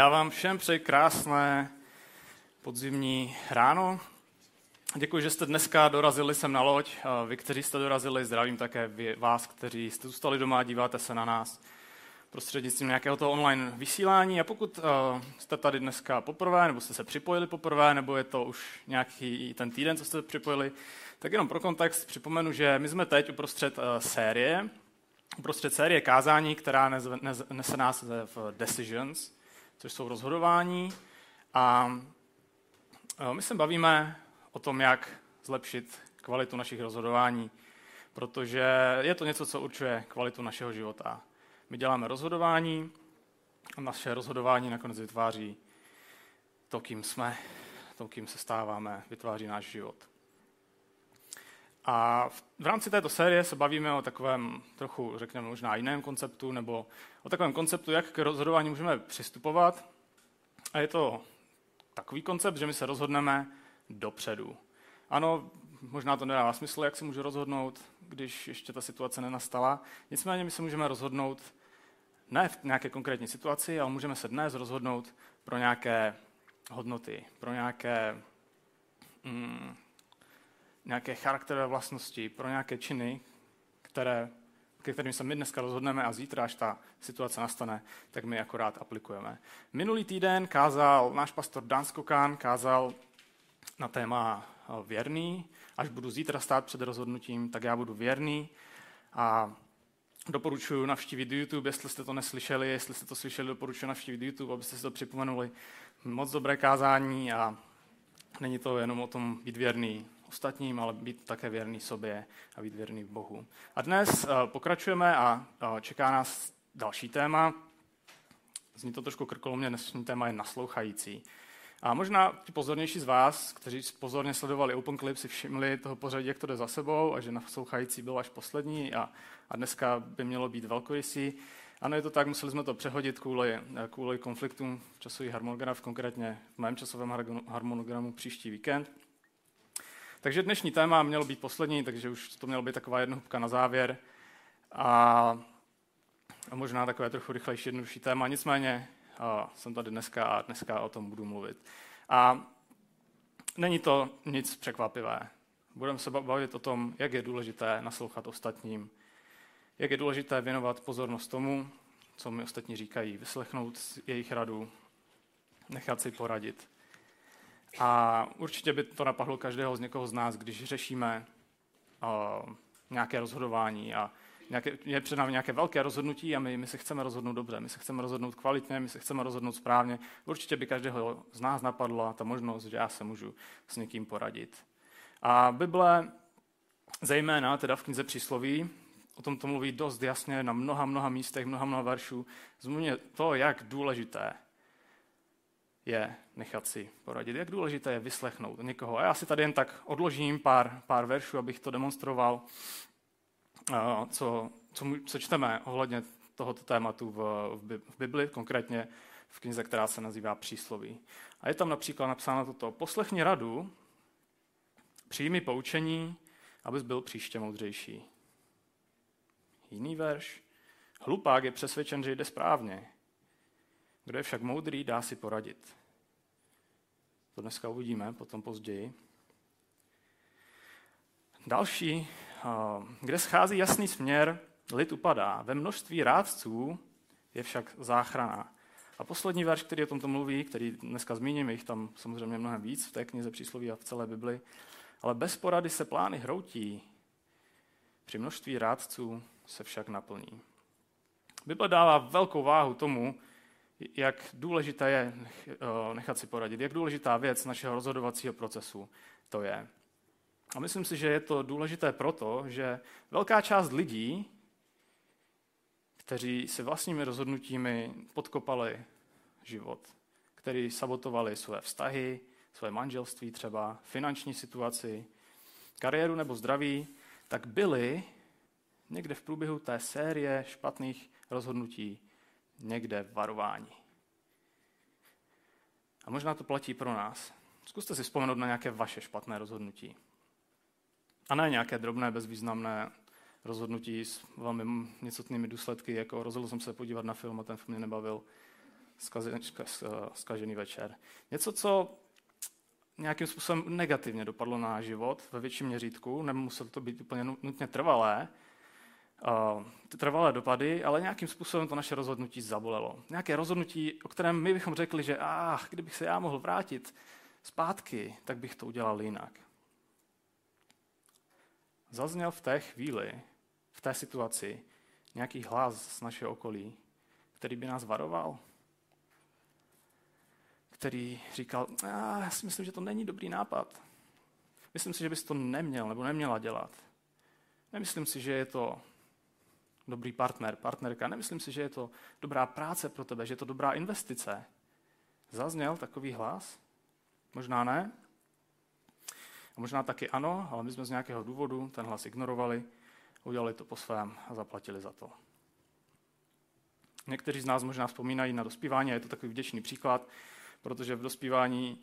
Já vám všem přeji krásné podzimní ráno. Děkuji, že jste dneska dorazili sem na loď. Vy, kteří jste dorazili, zdravím také vás, kteří jste zůstali doma a díváte se na nás prostřednictvím nějakého toho online vysílání. A pokud jste tady dneska poprvé, nebo jste se připojili poprvé, nebo je to už nějaký ten týden, co jste připojili, tak jenom pro kontext připomenu, že my jsme teď uprostřed série kázání, která nese název Decisions, což jsou rozhodování. A my se bavíme o tom, jak zlepšit kvalitu našich rozhodování, protože je to něco, co určuje kvalitu našeho života. My děláme rozhodování a naše rozhodování nakonec vytváří to, kým jsme, to, kým se stáváme, vytváří náš život. A v rámci této série se bavíme o takovém trochu, řekněme, možná jiném konceptu, nebo o takovém konceptu, jak k rozhodování můžeme přistupovat. A je to takový koncept, že my se rozhodneme dopředu. Ano, možná to nedává smysl, jak se můžu rozhodnout, když ještě ta situace nenastala. Nicméně my se můžeme rozhodnout ne v nějaké konkrétní situaci, ale můžeme se dnes rozhodnout pro nějaké hodnoty, pro nějaké charakterové vlastnosti, pro nějaké činy, ke kterým se my dneska rozhodneme a zítra, až ta situace nastane, tak my akorát aplikujeme. Minulý týden kázal náš pastor Dan Skokan, kázal na téma věrný. Až budu zítra stát před rozhodnutím, tak já budu věrný. A doporučuji navštívit YouTube, jestli jste to neslyšeli, jestli jste to slyšeli, doporučuji navštívit YouTube, abyste si to připomenuli. Moc dobré kázání a není to jenom o tom být věrný ostatním, ale být také věrný sobě a být věrný Bohu. A dnes pokračujeme a čeká nás další téma. Zní to trošku krkolomně, dnešní téma je naslouchající. A možná ti pozornější z vás, kteří pozorně sledovali Open Clip, si všimli toho pořadí, jak to jde za sebou a že naslouchající byl až poslední a dneska by mělo být velkorysý. Ano, je to tak, museli jsme to přehodit kvůli konfliktům v časových harmonogramech, konkrétně v mém časovém harmonogramu příští víkend. Takže dnešní téma mělo být poslední, takže už to mělo být taková jednohubka na závěr a možná takové trochu rychlejší, jednodušší téma. Nicméně jsem tady dneska a dneska o tom budu mluvit. A není to nic překvapivé. Budeme se bavit o tom, jak je důležité naslouchat ostatním, jak je důležité věnovat pozornost tomu, co mi ostatní říkají, vyslechnout jejich radu, nechat si poradit. A určitě by to napadlo každého z někoho z nás, když řešíme nějaké rozhodování a je před námi nějaké velké rozhodnutí a my se chceme rozhodnout dobře, my se chceme rozhodnout kvalitně, my se chceme rozhodnout správně. Určitě by každého z nás napadla ta možnost, že já se můžu s někým poradit. A Bible, zejména teda v knize Přísloví, o tom to mluví dost jasně na mnoha místech, mnoha veršů, zmiňuje to, jak důležité je nechat si poradit, jak důležité je vyslechnout někoho. A já si tady jen tak odložím pár veršů, abych to demonstroval, co čteme ohledně tohoto tématu v Bibli, konkrétně v knize, která se nazývá Přísloví. A je tam například napsáno toto: Poslechni radu, přijmi poučení, abys byl příště moudřejší. Jiný verš: Hlupák je přesvědčen, že jde správně. Kdo je však moudrý, dá si poradit. To dneska uvidíme, potom později. Další: Kde schází jasný směr, lid upadá. Ve množství rádců je však záchrana. A poslední verš, který o tomto mluví, který dneska zmíním, je jich tam samozřejmě mnohem víc v té knize Přísloví a v celé Bibli, ale bez porady se plány hroutí, při množství rádců se však naplní. Bible dává velkou váhu tomu, jak důležité je nechat si poradit, jak důležitá věc našeho rozhodovacího procesu to je. A myslím si, že je to důležité proto, že velká část lidí, kteří si vlastními rozhodnutími podkopali život, kteří sabotovali své vztahy, své manželství třeba, finanční situaci, kariéru nebo zdraví, tak byli někde v průběhu té série špatných rozhodnutí někde varováni. A možná to platí pro nás. Zkuste si vzpomenout na nějaké vaše špatné rozhodnutí. A ne nějaké drobné, bezvýznamné rozhodnutí s velmi nicotnými důsledky, jako rozhodl jsem se podívat na film a ten film mě nebavil. zkažený večer. Něco, co nějakým způsobem negativně dopadlo na náš život ve větším měřítku, nemuselo to být úplně nutně trvalé dopady, ale nějakým způsobem to naše rozhodnutí zabolelo. Nějaké rozhodnutí, o kterém my bychom řekli, že kdybych se já mohl vrátit zpátky, tak bych to udělal jinak. Zazněl v té chvíli, v té situaci, nějaký hlas z našeho okolí, který by nás varoval, který říkal, já si myslím, že to není dobrý nápad. Myslím si, že bys to neměl nebo neměla dělat. Nemyslím si, že je to dobrý partnerka. Nemyslím si, že je to dobrá práce pro tebe, že je to dobrá investice. Zazněl takový hlas? Možná ne. A možná taky ano, ale my jsme z nějakého důvodu ten hlas ignorovali, udělali to po svém a zaplatili za to. Někteří z nás možná vzpomínají na dospívání a je to takový vděčný příklad, protože v dospívání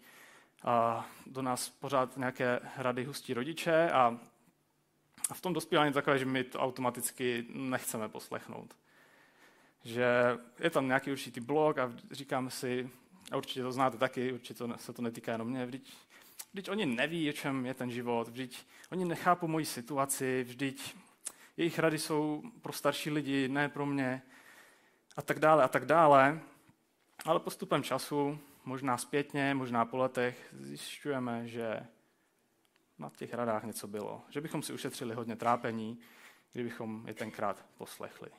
do nás pořád nějaké rady hustí rodiče a v tom dospívání je takové, že my to automaticky nechceme poslechnout. Že je tam nějaký určitý blok a říkáme si, a určitě to znáte taky, určitě se to netýká jenom mě, vždyť oni neví, o čem je ten život, vždyť oni nechápou moji situaci, vždyť jejich rady jsou pro starší lidi, ne pro mě a tak dále a tak dále. Ale postupem času, možná zpětně, možná po letech, zjišťujeme, že na těch radách něco bylo. Že bychom si ušetřili hodně trápení, kdybychom je tenkrát poslechli.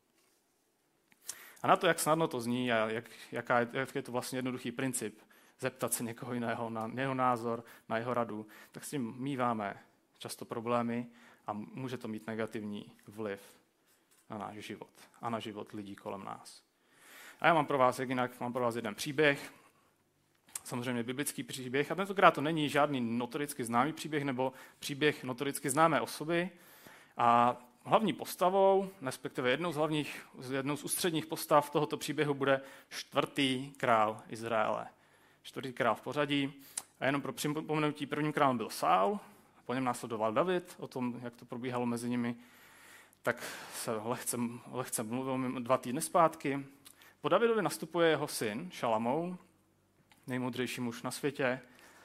A na to, jak snadno to zní a jak je to vlastně jednoduchý princip, zeptat se někoho jiného na jeho názor, na jeho radu, tak s tím míváme často problémy a může to mít negativní vliv na náš život a na život lidí kolem nás. A já mám pro vás jeden příběh, samozřejmě biblický příběh, a tentokrát to není žádný notoricky známý příběh nebo příběh notoricky známé osoby. A hlavní postavou, respektive jednou z ústředních postav tohoto příběhu bude 4. král Izraele. 4. král v pořadí. A jenom pro připomenutí, prvním králem byl Saul, po něm následoval David, o tom, jak to probíhalo mezi nimi, tak se lehce mluvil 2 týdny zpátky. Po Davidovi nastupuje jeho syn Šalamoun, nejmoudřejší muž na světě.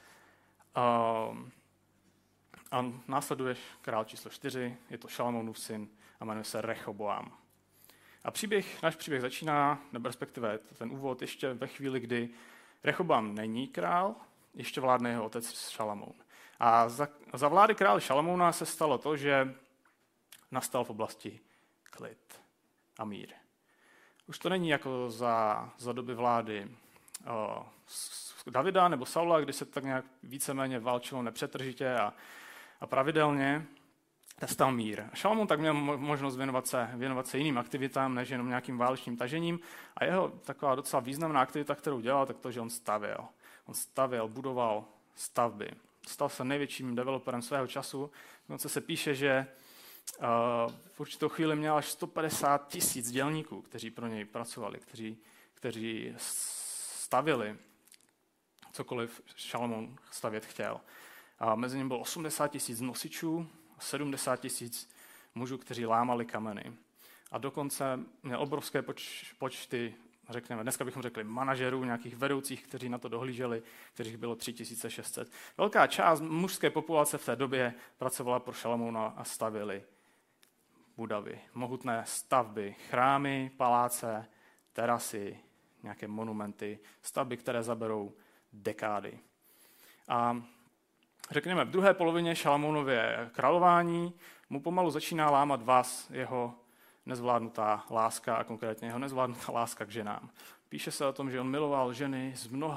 A následuje král číslo 4, je to Šalamounův syn a jmenuje se Rehoboam. A náš příběh začíná, nebo respektive ten úvod, ještě ve chvíli, kdy Rehoboam není král, ještě vládne jeho otec Šalamoun. A za vlády krále Šalamouna se stalo to, že nastal v oblasti klid a mír. Už to není jako za doby vlády Davida nebo Saula, kdy se tak nějak víceméně válčilo nepřetržitě a pravidelně, nastal mír. Šalamoun tak měl možnost věnovat se jiným aktivitám, než jenom nějakým válečným tažením. A jeho taková docela významná aktivita, kterou dělal, tak to, že on stavěl. On stavěl, budoval stavby. Stal se největším developerem svého času. Dokonce se píše, že v určitou chvíli měl až 150 000 dělníků, kteří pro něj pracovali, kteří stavěli cokoliv Šalamoun stavět chtěl. A mezi nimi bylo 80 000 nosičů, 70 000 mužů, kteří lámali kameny. A dokonce měl obrovské počty, řekněme, dneska bychom řekli manažerů, nějakých vedoucích, kteří na to dohlíželi, kterých bylo 3600. Velká část mužské populace v té době pracovala pro Šalamouna a stavěli budovy, mohutné stavby, chrámy, paláce, terasy, nějaké monumenty, stavby, které zaberou dekády. A řekněme, v druhé polovině Šalamounově králování mu pomalu začíná lámat vás jeho nezvládnutá láska a konkrétně jeho nezvládnutá láska k ženám. Píše se o tom, že on miloval ženy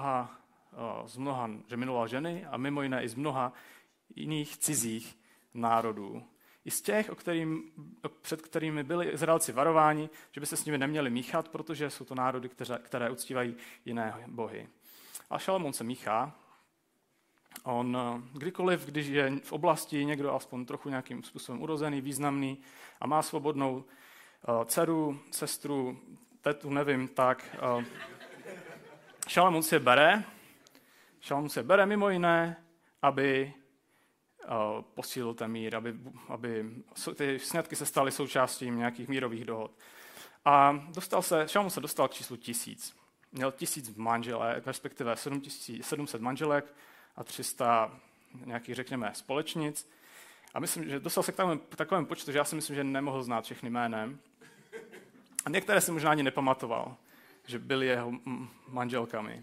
že miloval ženy a mimo jiné i z mnoha jiných cizích národů. I z těch, před kterými byli Izraelci varováni, že by se s nimi neměli míchat, protože jsou to národy, které uctívají jiné bohy. A Šalamoun se míchá. On kdykoliv, když je v oblasti někdo aspoň trochu nějakým způsobem urozený, významný a má svobodnou dceru, sestru, tetu, nevím, tak Šalamoun si je bere mimo jiné, aby posílil ten mír, aby ty sňatky se staly součástí nějakých mírových dohod. A Šalamoun se dostal k číslu 1000. měl 1000 manželek, respektive 700 manželek a 300 nějakých, řekněme, společnic. A myslím, že dostal se k takovému počtu, že já si myslím, že nemohl znát všechny jménem. A některé si možná ani nepamatoval, že byly jeho manželkami.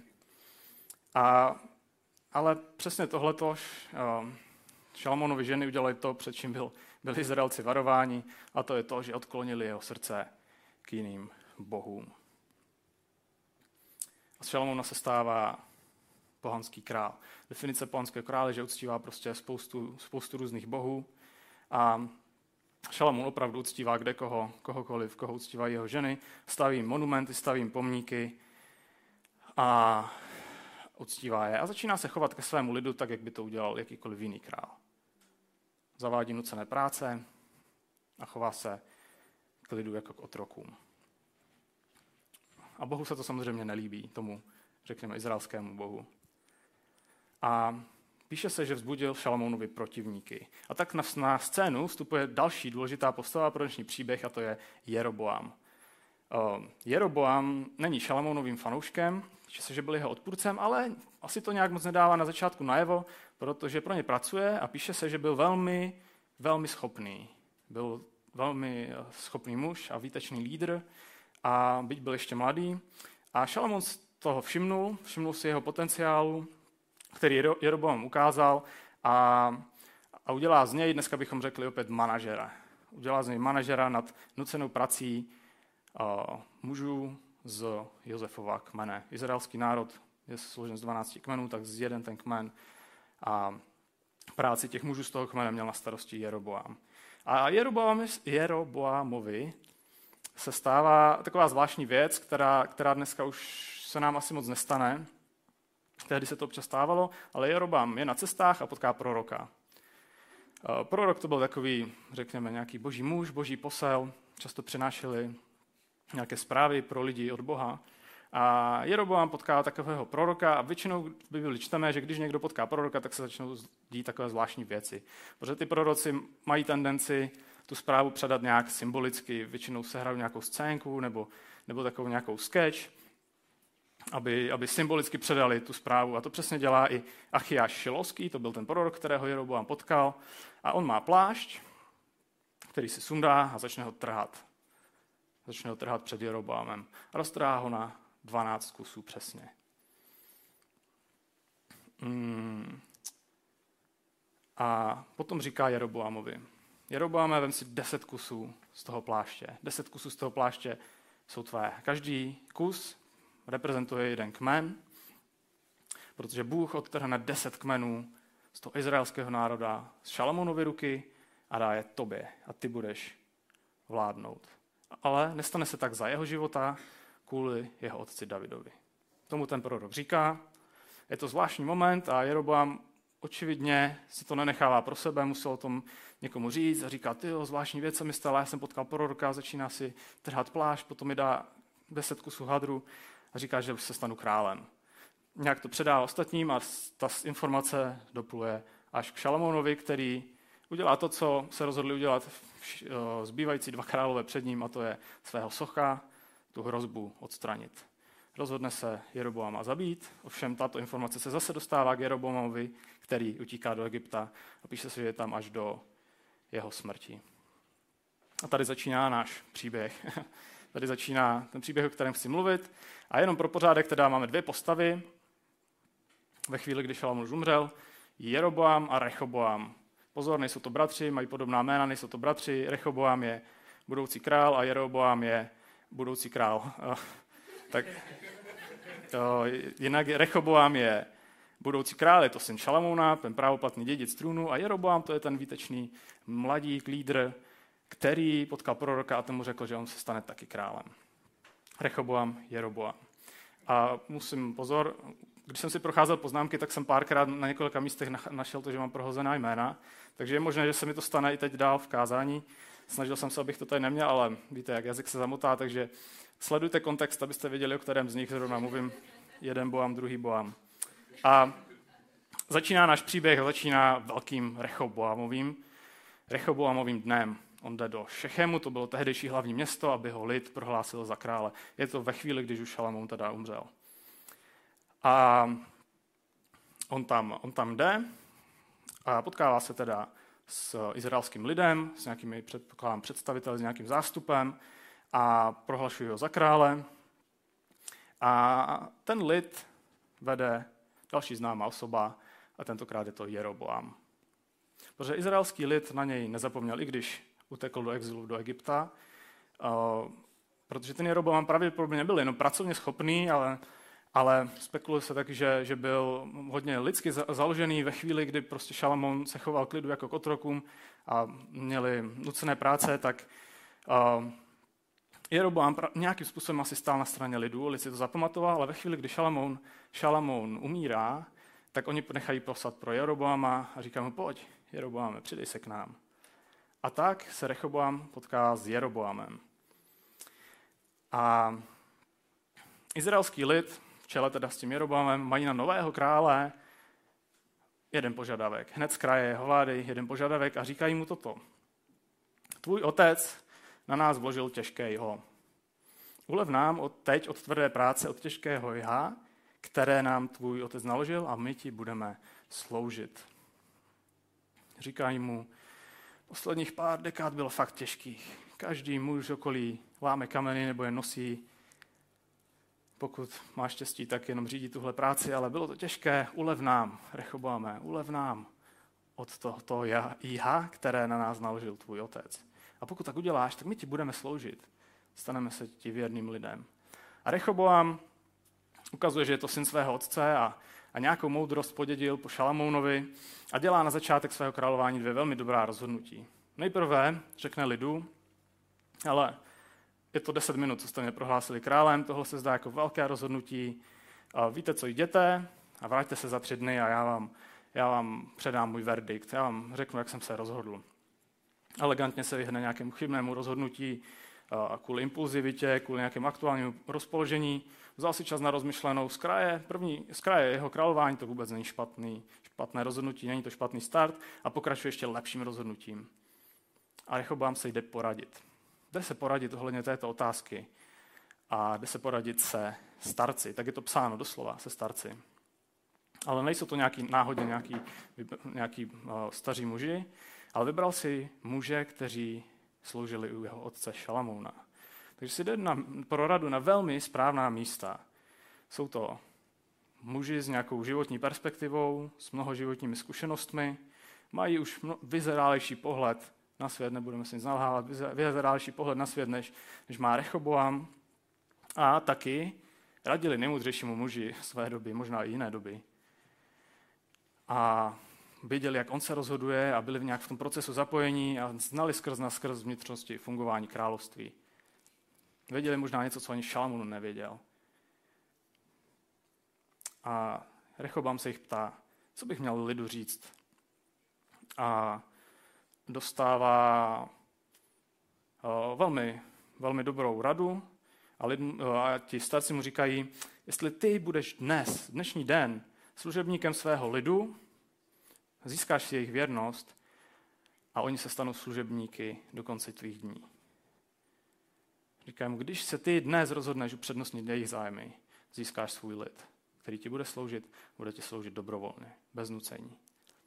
Ale přesně tohleto Šalamonovi ženy udělali to, před čím byli Izraelci varováni, a to je to, že odklonili jeho srdce k jiným bohům. A z Šalamona se stává pohanský král. Definice pohanského krále, že uctívá prostě spoustu různých bohů. A Šalamún opravdu uctívá kohokoliv, koho uctívají jeho ženy, staví monumenty, staví pomníky a uctívá je. A začíná se chovat ke svému lidu tak, jak by to udělal jakýkoliv jiný král. Zavádí nucené práce a chová se k lidu jako k otrokům. A Bohu se to samozřejmě nelíbí, tomu, řekněme, izraelskému bohu. A píše se, že vzbudil Šalamounovi protivníky. A tak na scénu vstupuje další důležitá postava pro dnešní příběh, a to je Jeroboam. Jeroboam není Šalamounovým fanouškem, píše se, že byl jeho odpůrcem, ale asi to nějak moc nedává na začátku najevo, protože pro ně pracuje a píše se, že byl velmi, velmi schopný. Byl velmi schopný muž a výtečný lídr, a byť byl ještě mladý. A Šalamoun toho všimnul si jeho potenciálu, který Jeroboam ukázal, a udělá z něj, dneska bychom řekli opět manažera. Udělá z něj manažera nad nucenou prací mužů z Josefova kmene. Izraelský národ je složen z 12 kmenů, tak z jeden ten kmen. A práci těch mužů z toho kmene měl na starosti Jeroboam. A Jeroboamovi se stává taková zvláštní věc, která dneska už se nám asi moc nestane. Tehdy se to občas stávalo, ale Jeroboam je na cestách a potká proroka. Prorok to byl takový, řekněme, nějaký boží muž, boží posel, často přinášeli nějaké zprávy pro lidi od Boha. A Jeroboam potká takového proroka a většinou v Bibli čteme, že když někdo potká proroka, tak se začnou dít takové zvláštní věci. Protože ty proroci mají tendenci tu zprávu předat nějak symbolicky, většinou se hrají nějakou scénku nebo takovou nějakou sketch, aby symbolicky předali tu zprávu. A to přesně dělá i Achiáš Šilovský, to byl ten prorok, kterého Jeroboam potkal. A on má plášť, který si sundá a začne ho trhat. Začne ho trhat před Jeroboamem. A roztrhá ho na 12 kusů přesně. A potom říká Jeroboamovi: Jeroboame, vem si 10 kusů z toho pláště. 10 kusů z toho pláště jsou tvé. Každý kus reprezentuje jeden kmen, protože Bůh odtrhne 10 kmenů z toho izraelského národa z Šalamounovy ruky a dá je tobě a ty budeš vládnout. Ale nestane se tak za jeho života kvůli jeho otci Davidovi. Tomu ten prorok říká. Je to zvláštní moment a Jeroboam očividně si to nenechává pro sebe, musel o tom někomu říct a říká: tyjo, zvláštní věc se mi stala, já jsem potkal proroka, začíná si trhat plášť, potom mi dá 10 kusů hadru a říká, že se stanu králem. Nějak to předá ostatním a ta informace dopluje až k Šalamounovi, který udělá to, co se rozhodli udělat zbývající 2 králové před ním, a to je svého socha, tu hrozbu odstranit. Rozhodne se Jeroboama zabít, ovšem tato informace se zase dostává k Jeroboamovi, který utíká do Egypta, a píše se, že je tam až do jeho smrti. A tady začíná náš příběh. Tady začíná ten příběh, o kterém chci mluvit. A jenom pro pořádek teda máme 2 postavy. Ve chvíli, kdy Šalamoun už umřel, Jeroboam a Rechoboam. Pozor, nejsou to bratři, mají podobná jména, nejsou to bratři. Rechoboam je budoucí král a Jeroboam je budoucí král. Jinak Rechoboam je budoucí král, je to syn Šalamouna, ten právoplatný dědic trůnu, a Jeroboam to je ten výtečný mladík, lídr, který potkal proroka a tomu řekl, že on se stane taky králem. Rechoboam, Jeroboam. A musím pozor, když jsem si procházel poznámky, tak jsem párkrát na několika místech našel to, že mám prohozená jména, takže je možné, že se mi to stane i teď dál v kázání. Snažil jsem se, abych to tady neměl, ale víte, jak jazyk se zamotá, takže sledujte kontext, abyste věděli, o kterém z nich zrovna mluvím. Jeden Boam, druhý Boam. A začíná náš příběh, začíná velkým Rechoboamovým dnem. On jde do Šechému, to bylo tehdejší hlavní město, aby ho lid prohlásil za krále. Je to ve chvíli, když už Šalamoun teda umřel. A on tam jde a potkává se teda s izraelským lidem, s nějakými představiteli, s nějakým zástupem a prohlašují ho za krále. A ten lid vede další známá osoba a tentokrát je to Jeroboam. Protože izraelský lid na něj nezapomněl, i když utekl do exilu do Egypta, protože ten Jeroboam pravděpodobně nebyl jenom pracovně schopný, ale spekuluje se taky, že byl hodně lidsky založený ve chvíli, kdy prostě Šalamoun se choval k lidu jako k otrokům a měli nucené práce, tak Jeroboam nějakým způsobem asi stál na straně lidu, lid si to zapamatoval, ale ve chvíli, kdy Šalamoun umírá, tak oni nechají poslat pro Jeroboama a říkají mu, pojď, Jeroboame, přidej se k nám. A tak se Rehoboam potká s Jeroboamem. A izraelský lid, v čele teda s tím Jeroboamem, mají na nového krále jeden požadavek. Hned z kraje jeho vlády jeden požadavek a říkají mu toto. Tvůj otec na nás vložil těžké jho. Ulev nám teď od tvrdé práce, od těžkého jha, které nám tvůj otec naložil a my ti budeme sloužit. Říkají mu, posledních pár dekád bylo fakt těžkých. Každý muž okolí láme kameny nebo je nosí. Pokud máš štěstí, tak jenom řídí tuhle práci, ale bylo to těžké. Ulev nám, Rehoboame, ulev nám od tohoto jha, které na nás naložil tvůj otec. A pokud tak uděláš, tak my ti budeme sloužit. Staneme se ti věrným lidem. A Rehoboam ukazuje, že je to syn svého otce a nějakou moudrost podědil po Šalamounovi a dělá na začátek svého králování 2 velmi dobrá rozhodnutí. Nejprve řekne lidu, ale je to 10 minut, co jste mě prohlásili králem, tohle se zdá jako velké rozhodnutí. Víte, co, jděte a vraťte se za 3 dny a já vám předám můj verdikt, já vám řeknu, jak jsem se rozhodl. Elegantně se vyhne nějakému chybnému rozhodnutí kvůli impulzivitě, kvůli nějakému aktuálnímu rozpoložení. Vzal si čas na rozmyšlenou z kraje jeho králování, to vůbec není špatné rozhodnutí, není to špatný start a pokračuje ještě lepším rozhodnutím. A Rehoboam se jde poradit. Jde se poradit ohledně této otázky a jde se poradit se starci. Tak je to psáno doslova, se starci. Ale nejsou to náhodně nějaký staří muži, ale vybral si muže, kteří sloužili u jeho otce Šalamouna. Takže si jde pro radu na velmi správná místa. Jsou to muži s nějakou životní perspektivou, s mnoho životními zkušenostmi, mají už vyzrálejší pohled na svět, nebudeme si nic nalhávat, vyzrálejší pohled na svět, než má Rehoboam. A taky radili nejmoudřejšímu muži své doby, možná i jiné doby. A viděli, jak on se rozhoduje a byli nějak v tom procesu zapojení a znali skrz vnitřnosti fungování království. Věděli možná něco, co ani Šalamoun nevěděl. A Rehoboam se jich ptá, co bych měl lidu říct. A dostává velmi, velmi dobrou radu a ti starci mu říkají, jestli ty budeš dnešní den, služebníkem svého lidu, získáš si jejich věrnost a oni se stanou služebníky do konce tvých dní. Říkají mu, když se ty dnes rozhodneš upřednostnit jejich zájmy, získáš svůj lid, který ti bude ti sloužit dobrovolně, bez nucení.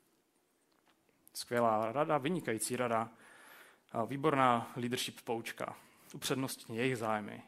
Skvělá rada, vynikající rada, výborná leadership poučka, upřednostní jejich zájmy.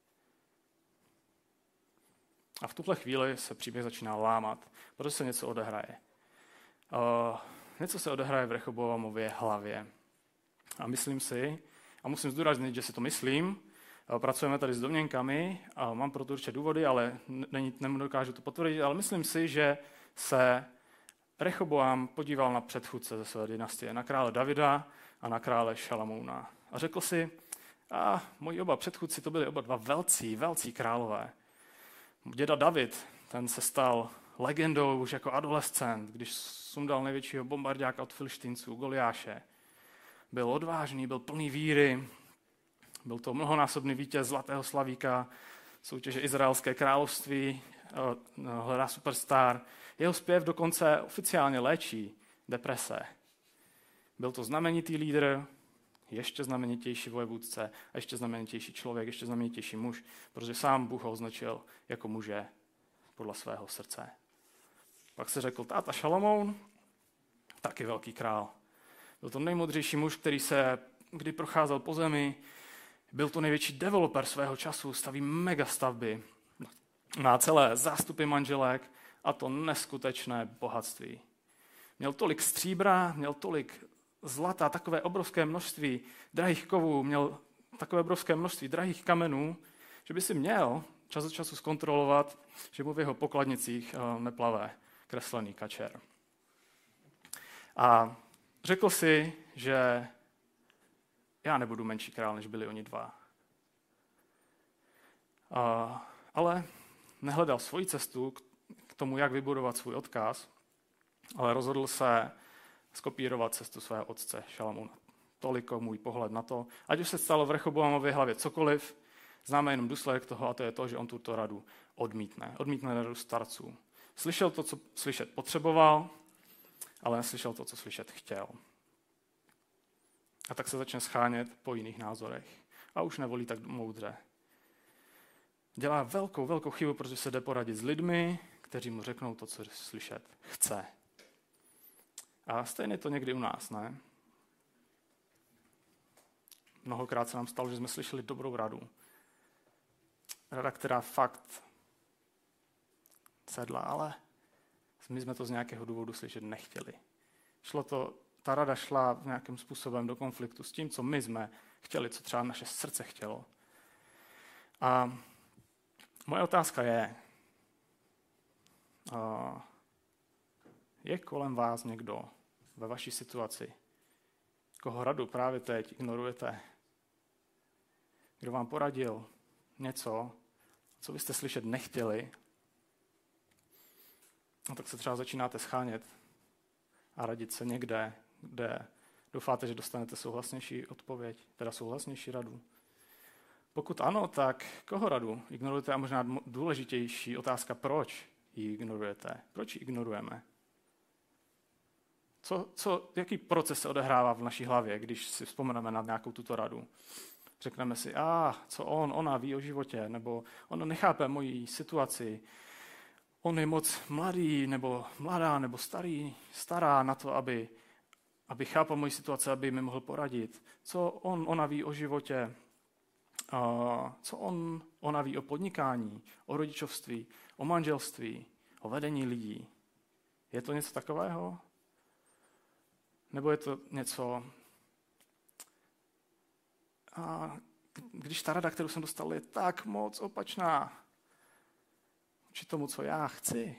A v tuhle chvíli se příběh začíná lámat, protože se něco odehraje. Něco se odehraje v Rehoboamově hlavě. A myslím si, a musím zdůraznit, že si to myslím, pracujeme tady s domněnkami a mám pro to určitě důvody, ale nedokážu to potvrdit, ale myslím si, že se Rehoboam podíval na předchůdce ze své dynastie, na krále Davida a na krále Šalamouna. A řekl si, moji oba předchůdci to byli oba dva velcí králové. Děda David, ten se stal legendou už jako adolescent, když sundal největšího bombardáka od Filštinců, Goliáše. Byl odvážný, byl plný víry, byl to mnohonásobný vítěz Zlatého slavíka, soutěže Izraelské království, hledá superstar. Jeho zpěv dokonce oficiálně léčí deprese. Byl to znamenitý lídr, ještě znamenitější vojevůdce a ještě znamenitější člověk, ještě znamenitější muž, protože sám Bůh ho označil jako muže podle svého srdce. Pak se řekl táta Šalamoun, taky velký král. Byl to nejmoudřejší muž, který se kdy procházel po zemi, byl to největší developer svého času, staví megastavby, má celé zástupy manželek a to neskutečné bohatství. Měl tolik stříbra, měl tolik zlata, takové obrovské množství drahých kovů, měl takové obrovské množství drahých kamenů, že by si měl čas od času zkontrolovat, že mu v jeho pokladnicích neplave kreslený kačer. A řekl si, že já nebudu menší král, než byli oni dva. Ale nehledal svoji cestu k tomu, jak vybudovat svůj odkaz, ale rozhodl se skopírovat cestu svého otce Šalamouna. Toliko můj pohled na to. Ať už se stalo v Rehoboamově hlavě cokoliv, známe jenom důsledek toho, a to je to, že on tuto radu odmítne. Odmítne radu starců. Slyšel to, co slyšet potřeboval, ale neslyšel to, co slyšet chtěl. A tak se začne schánět po jiných názorech. A už nevolí tak moudře. Dělá velkou chybu, protože se jde poradit s lidmi, kteří mu řeknou to, co slyšet chce. A stejně to někdy u nás, ne? Mnohokrát se nám stalo, že jsme slyšeli dobrou radu. Rada, která fakt sedla, ale my jsme to z nějakého důvodu slyšet nechtěli. Ta rada šla v nějakým způsobem do konfliktu s tím, co my jsme chtěli, co třeba naše srdce chtělo. A moje otázka je kolem vás někdo ve vaší situaci, koho radu právě teď ignorujete, kdo vám poradil něco, co byste slyšet nechtěli, a tak se třeba začínáte schánět a radit se někde, kde doufáte, že dostanete souhlasnější odpověď, teda souhlasnější radu. Pokud ano, tak koho radu ignorujete? A možná důležitější otázka, proč ji ignorujete? Proč ji ignorujeme? Jaký proces se odehrává v naší hlavě, když si vzpomeneme na nějakou tuto radu? Řekneme si, co ona ví o životě, nebo on nechápe moji situaci, on je moc mladý, nebo mladá, nebo stará na to, aby chápal moji situaci, aby mi mohl poradit. Co ona ví o životě, co ona ví o podnikání, o rodičovství, o manželství, o vedení lidí. Je to něco takového? Nebo je to něco... Když ta rada, kterou jsem dostal, je tak moc opačná vůči tomu, co já chci.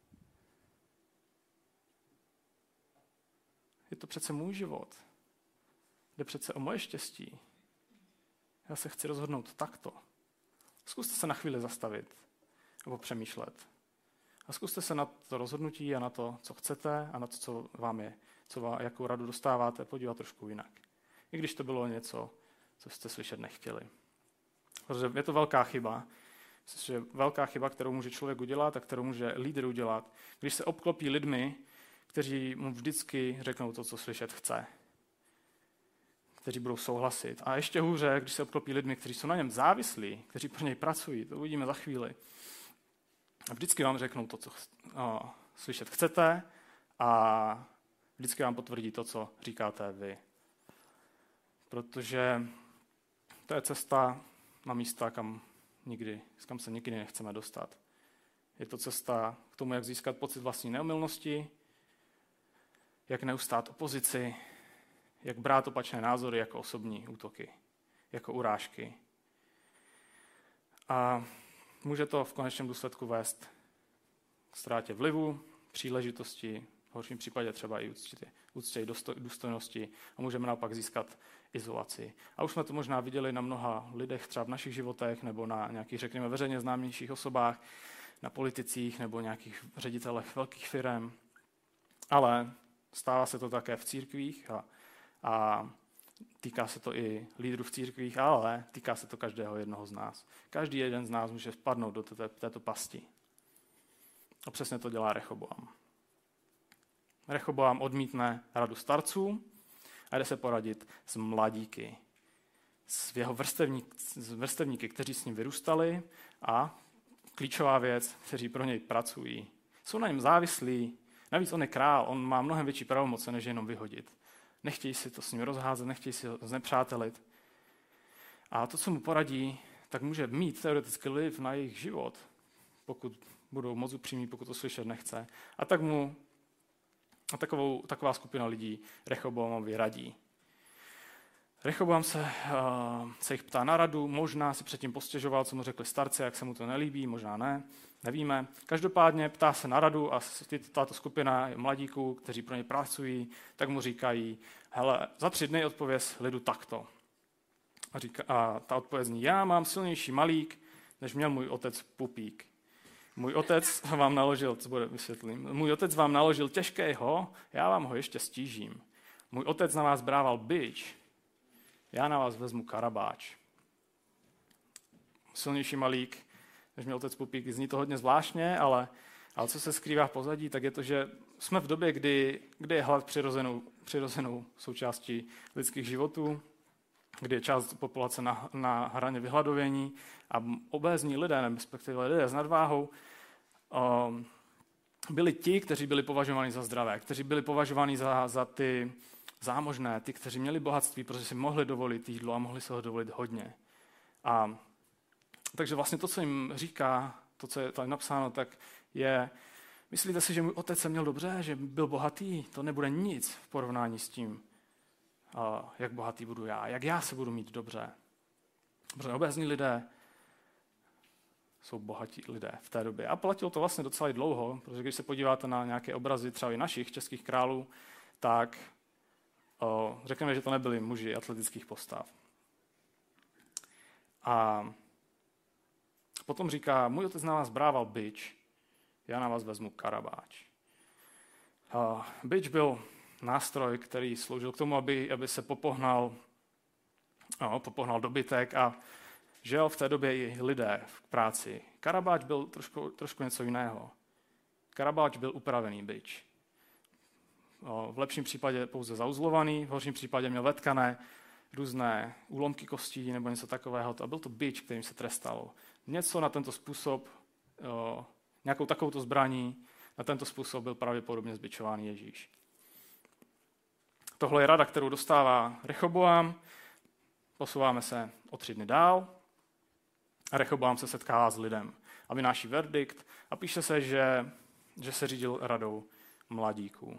Je to přece můj život. Jde přece o moje štěstí. Já se chci rozhodnout takto. Zkuste se na chvíli zastavit nebo přemýšlet. A zkuste se na to rozhodnutí a na to, co chcete a na to, co vám je, jakou radu dostáváte, podívat trošku jinak. I když to bylo něco, co jste slyšet nechtěli. Protože je to velká chyba. Myslím, že velká chyba, kterou může člověk udělat a kterou může lídr udělat, když se obklopí lidmi, kteří mu vždycky řeknou to, co slyšet chce. Kteří budou souhlasit. A ještě hůře, když se obklopí lidmi, kteří jsou na něm závislí, kteří pro něj pracují, to uvidíme za chvíli. A vždycky vám řeknou to, co slyšet chcete a vždycky vám potvrdí to, co říkáte vy. Protože to je cesta na místa, kam se nikdy nechceme dostat. Je to cesta k tomu, jak získat pocit vlastní neomylnosti, jak neustát opozici, jak brát opačné názory jako osobní útoky, jako urážky. A může to v konečném důsledku vést k ztrátě vlivu, příležitosti, v horším případě třeba i úctě důstojnosti a můžeme naopak získat izolaci. A už jsme to možná viděli na mnoha lidech, třeba v našich životech, nebo na nějakých, řekněme, veřejně známějších osobách, na politicích nebo nějakých ředitelech velkých firem. Ale stává se to také v církvích a týká se to i lídrů v církvích, ale týká se to každého jednoho z nás. Každý jeden z nás může spadnout do této pasti. A přesně to dělá Rehoboam. Rehoboam odmítne radu starců a jde se poradit s mladíky, s jeho vrstevníky, kteří s ním vyrůstali a klíčová věc, kteří pro něj pracují. Jsou na něm závislí, navíc on je král, on má mnohem větší pravomoce, než jenom vyhodit. Nechtějí si to s ním rozházet, nechtějí si ho znepřátelit. A to, co mu poradí, tak může mít teoretický vliv na jejich život, pokud budou moc upřímní, pokud to slyšet nechce. A tak mu taková skupina lidí Rehoboamovi radí. Rehoboam se jich ptá na radu, možná si předtím postěžoval, co mu řekli starci, jak se mu to nelíbí, možná ne, nevíme. Každopádně ptá se na radu a tato skupina mladíků, kteří pro ně pracují, tak mu říkají, hele, za 3 dny odpověz lidu takto. A ta odpověď zní, já mám silnější malík, než měl můj otec Pupík. Můj otec vám naložil, co bude vysvětlím, můj otec vám naložil těžkého, já vám ho ještě stížím. Můj otec na vás brával bič, já na vás vezmu karabáč. Silnější malík, než měl otec Pupík, zní to hodně zvláštně, ale co se skrývá v pozadí, tak je to, že jsme v době, kdy je hlad přirozenou součástí lidských životů, kdy je část populace na hraně vyhladovění a obézní lidé, respektive lidé s nadváhou, byli ti, kteří byli považováni za zdravé, kteří byli považováni za ty zámožné, ty, kteří měli bohatství, protože si mohli dovolit jídlo a mohli se ho dovolit hodně. Takže vlastně to, co jim říká, to, co je tady napsáno, tak je, myslíte si, že můj otec se měl dobře, že byl bohatý? To nebude nic v porovnání s tím, jak bohatý budu já, jak já se budu mít dobře. Protože obézní lidé jsou bohatí lidé v té době. A platilo to vlastně docela dlouho, protože když se podíváte na nějaké obrazy třeba i našich českých králů, tak řekneme, že to nebyli muži atletických postav. A potom říká, můj otec na vás brával bič, já na vás vezmu karabáč. Bič byl nástroj, který sloužil k tomu, aby se popohnal dobytek a žel v té době i lidé v práci. Karabáč byl trošku něco jiného. Karabáč byl upravený bič. V lepším případě pouze zauzlovaný, v horším případě měl vetkané různé úlomky kostí nebo něco takového. A byl to bič, kterým se trestalo. Něco na tento způsob, nějakou takovouto zbraní, na tento způsob byl pravděpodobně zbičován Ježíš. Tohle je rada, kterou dostává Rehoboam. Posouváme se o 3 dny dál. A Rehoboam se setkává s lidem a vynáší verdikt a píše se, že se řídil radou mladíků.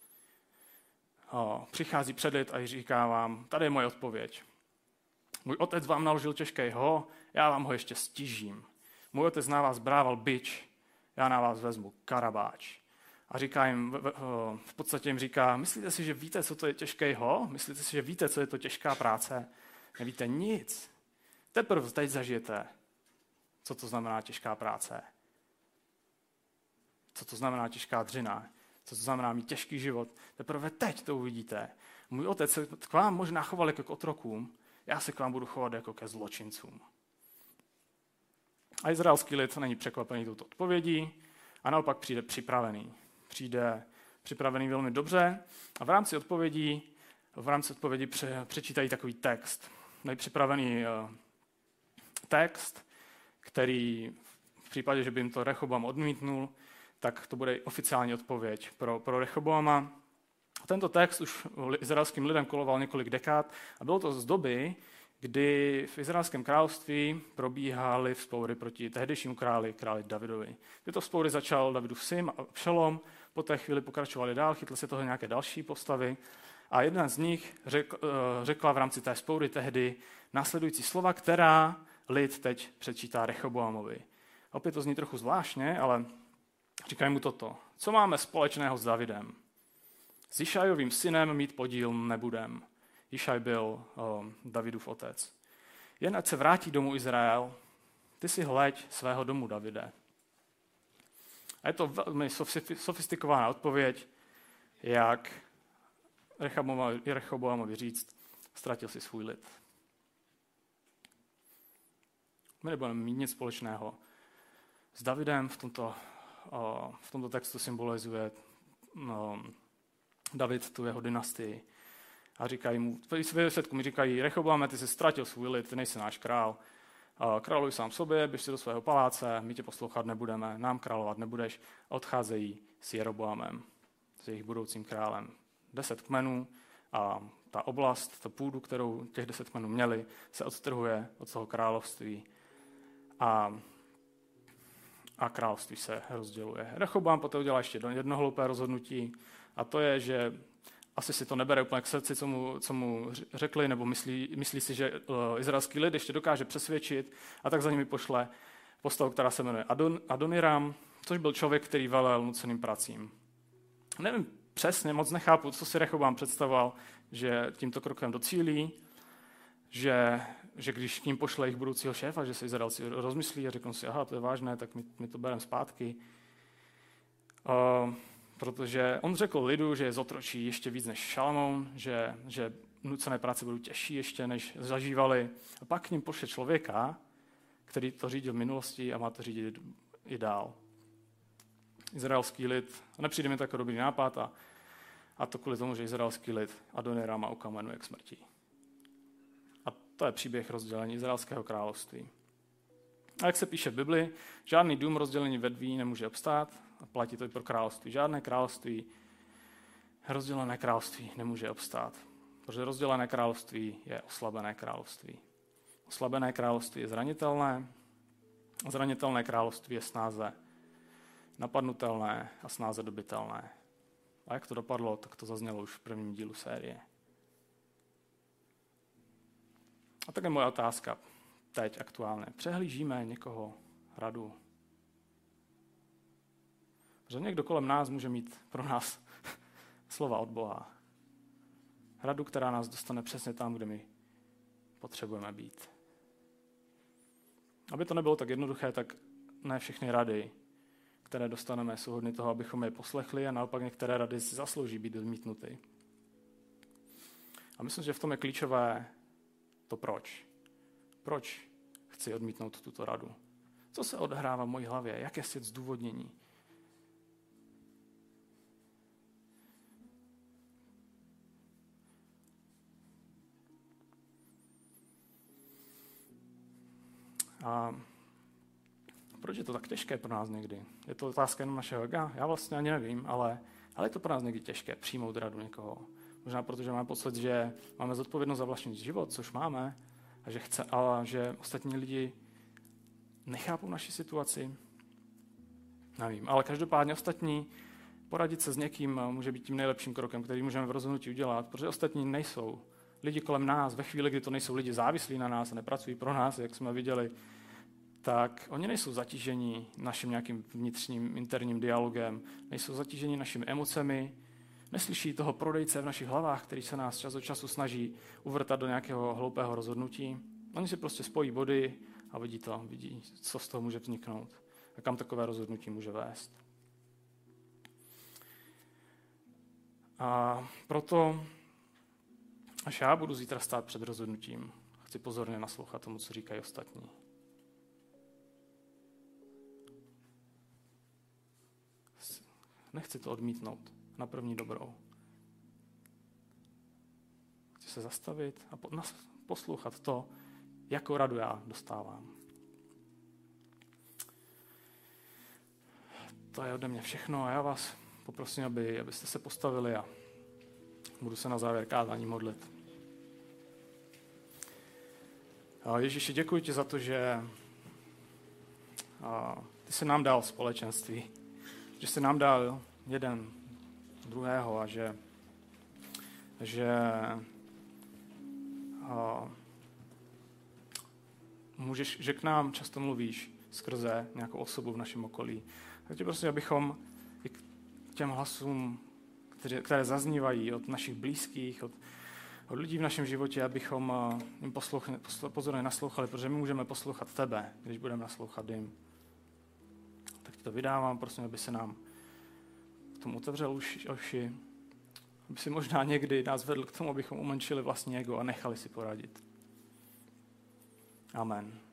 Přichází před lid a říká vám, tady je moje odpověď. Můj otec vám naložil těžkého, já vám ho ještě stížím. Můj otec na vás brával bič, já na vás vezmu karabáč. A říká jim, v podstatě jim říká, myslíte si, že víte, co to je těžkého? Myslíte si, že víte, co je to těžká práce? Nevíte nic. Teprve teď zažijete, co to znamená těžká práce. Co to znamená těžká dřina. Co to znamená mít těžký život. Teprve teď to uvidíte. Můj otec se k vám možná choval jako k otrokům, já se k vám budu chovat jako ke zločincům. A izraelský lid není překvapený touto odpovědí a naopak přijde připravený. Přijde připravený velmi dobře a v rámci odpovědi přečítají takový text. Mají připravený text, který v případě, že by jim to Rehoboam odmítnul, tak to bude oficiální odpověď pro Rehoboama. Tento text už izraelským lidem koloval několik dekád a bylo to z doby, kdy v izraelském království probíhaly vzpoury proti tehdejšímu králi Davidovi. Tyto vzpoury začal Davidův syn Abšalom, po té chvíli pokračovali dál, chytli se toho nějaké další postavy a jedna z nich řekla v rámci té vzpoury tehdy následující slova, která lid teď přečítá Rehoboamovi. Opět to zní trochu zvláštně, ale říkají mu toto. Co máme společného s Davidem? S Išajovým synem mít podíl nebudem. Išaj byl Davidův otec. Jen ať se vrátí domů Izrael, ty si hleď svého domu, Davide. A je to velmi sofistikovaná odpověď, jak Rehoboamovi říct, ztratil si svůj lid. My nebudeme mít nic společného s Davidem. V tomto textu symbolizuje David tu jeho dynastii. a říkají mu, ve výsledku mi říkají, Rehoboame, ty jsi ztratil svůj lid, ty nejsi náš král. Králuj sám sobě, běž si do svého paláce, my tě poslouchat nebudeme, nám královat nebudeš. A odcházejí s Jeroboamem, s jejich budoucím králem. 10 kmenů a ta oblast, ta půdu, kterou těch 10 kmenů měli, se odtrhuje od toho království a království se rozděluje. Rehoboam poté udělá ještě jedno hloupé rozhodnutí a to je, že asi si to nebere úplně k srdci, co mu řekli, nebo myslí si, že izraelský lid ještě dokáže přesvědčit a tak za nimi pošle postavu, která se jmenuje Adoniram, což byl člověk, který velel nuceným pracím. Nevím přesně, moc nechápu, co si Rehoboam představoval, že tímto krokem docílí, že když k ním pošle jejich budoucího šéfa, že se Izraelci rozmyslí a řeknou si, aha, to je vážné, tak my to bereme zpátky. Protože on řekl lidu, že je zotročí ještě víc než Šalamoun, že nucené práce budou těžší ještě, než zažívali. A pak k ním pošle člověka, který to řídil v minulosti a má to řídit i dál. Izraelský lid, a nepřijde mi to jako dobrý nápad, a to kvůli tomu, že izraelský lid Adonirama ukamenuje k smrti. A to je příběh rozdělení Izraelského království. A jak se píše v Bibli, žádný dům rozdělení ve dví nemůže obstát a platí to i pro království. Žádné království, rozdělené království nemůže obstát, protože rozdělené království je oslabené království. Oslabené království je zranitelné, a zranitelné království je snáze napadnutelné a snáze dobitelné. A jak to dopadlo, tak to zaznělo už v prvním dílu série. A tak je moje otázka teď aktuálně. Přehlížíme někoho radu? Že někdo kolem nás může mít pro nás slova od Boha. Radu, která nás dostane přesně tam, kde my potřebujeme být. Aby to nebylo tak jednoduché, tak ne všechny rady, které dostaneme, jsou hodny toho, abychom je poslechli a naopak některé rady si zaslouží být odmítnuty. A myslím, že v tom je klíčové to proč. Proč chci odmítnout tuto radu? Co se odehrává v mojí hlavě? Jaké je zdůvodnění? A proč je to tak těžké pro nás někdy? Je to otázka jenom našeho ega? Já vlastně ani nevím, ale je to pro nás někdy těžké přijmout radu někoho. Možná protože máme pocit, že máme zodpovědnost za vlastní život, což máme, a že ostatní lidi nechápou naši situaci. Nevím, ale každopádně ostatní poradit se s někým může být tím nejlepším krokem, který můžeme v rozhodnutí udělat, protože ostatní nejsou lidi kolem nás. Ve chvíli, kdy to nejsou lidi závislí na nás a nepracují pro nás, jak jsme viděli, tak oni nejsou zatíženi naším nějakým vnitřním interním dialogem, nejsou zatíženi našimi emocemi, neslyší toho prodejce v našich hlavách, který se nás čas od času snaží uvrtat do nějakého hloupého rozhodnutí. Oni si prostě spojí body a vidí, co z toho může vzniknout a kam takové rozhodnutí může vést. A proto, až já budu zítra stát před rozhodnutím, chci pozorně naslouchat tomu, co říkají ostatní. Nechci to odmítnout na první dobrou. Chci se zastavit a poslouchat to, jakou radu já dostávám. To je ode mě všechno a já vás poprosím, abyste se postavili a budu se na závěr kázání modlit. Ježíši, děkuji ti za to, že ty jsi nám dal společenství, že jsi nám dal jeden druhého a že k nám často mluvíš skrze nějakou osobu v našem okolí. Tak tě prosím, abychom i k těm hlasům, které zaznívají od našich blízkých, od lidí v našem životě, abychom jim pozorně naslouchali, protože my můžeme poslouchat tebe, když budeme naslouchat jim. Tak ti to vydávám, prosím, aby se nám k tomu otevřel uši, aby si možná někdy nás vedl k tomu, abychom umenšili vlastní ego a nechali si poradit. Amen.